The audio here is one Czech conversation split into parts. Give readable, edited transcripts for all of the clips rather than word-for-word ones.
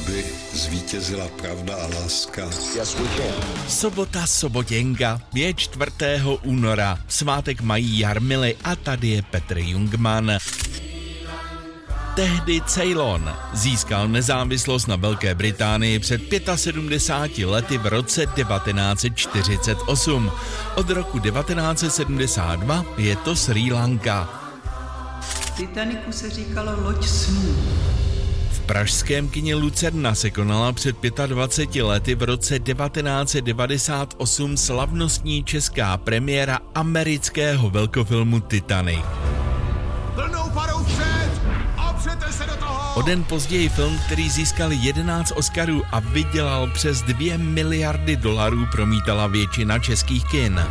aby zvítězila pravda a láska. Sobota sobotěnka je 4. února. Svátek mají Jarmily a tady je Petr Jungmann. Tehdy Ceylon získal nezávislost na Velké Británii před 75 lety v roce 1948. Od roku 1972 je to Srí Lanka. Titaniku se říkalo loď snů. V pražském kině Lucerna se konala před 25 lety v roce 1998 slavnostní česká premiéra amerického velkofilmu Titanic. Plnou parou před! Opřete se do toho! O den později film, který získal 11 Oscarů a vydělal přes 2 miliardy dolarů, promítala většina českých kin.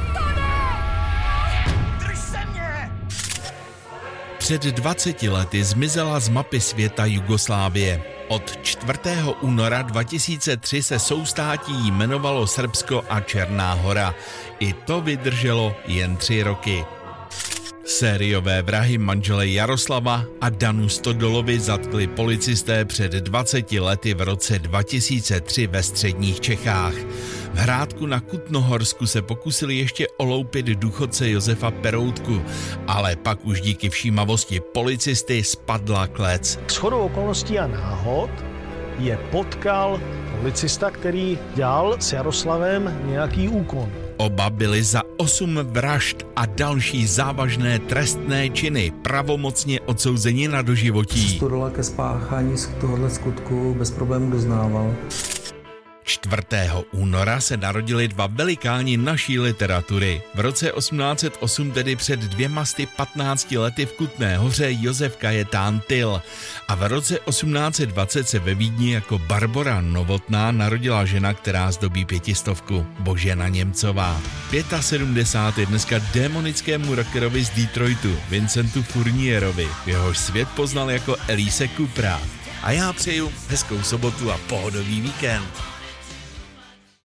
Před 20 lety zmizela z mapy světa Jugoslávie. Od 4. února 2003 se soustátí jmenovalo Srbsko a Černá Hora. I to vydrželo jen 3 roky. Sériové vrahy manžele Jaroslava a Danu Stodolovi zatkli policisté před 20 lety v roce 2003 ve středních Čechách. V Hrádku na Kutnohorsku se pokusili ještě oloupit důchodce Josefa Peroutku, ale pak už díky všímavosti policisty spadla klec. Shodou okolností a náhod je potkal policista, který dělal s Jaroslavem nějaký úkon. Oba byli za 8 vražd a další závažné trestné činy pravomocně odsouzeni na doživotí. Stodola ke spáchání tohoto skutku bez problémů doznával. 4. února se narodili 2 velikáni naší literatury. V roce 1808, tedy před 215 lety v Kutné Hoře, Josef Kajetán Tyl. A v roce 1820 se ve Vídni jako Barbora Novotná narodila žena, která zdobí 500, Božena Němcová. 75 je dneska démonickému rockerovi z Detroitu, Vincentu Furnierovi, jehož svět poznal jako Elise Coopera. A já přeju hezkou sobotu a pohodový víkend.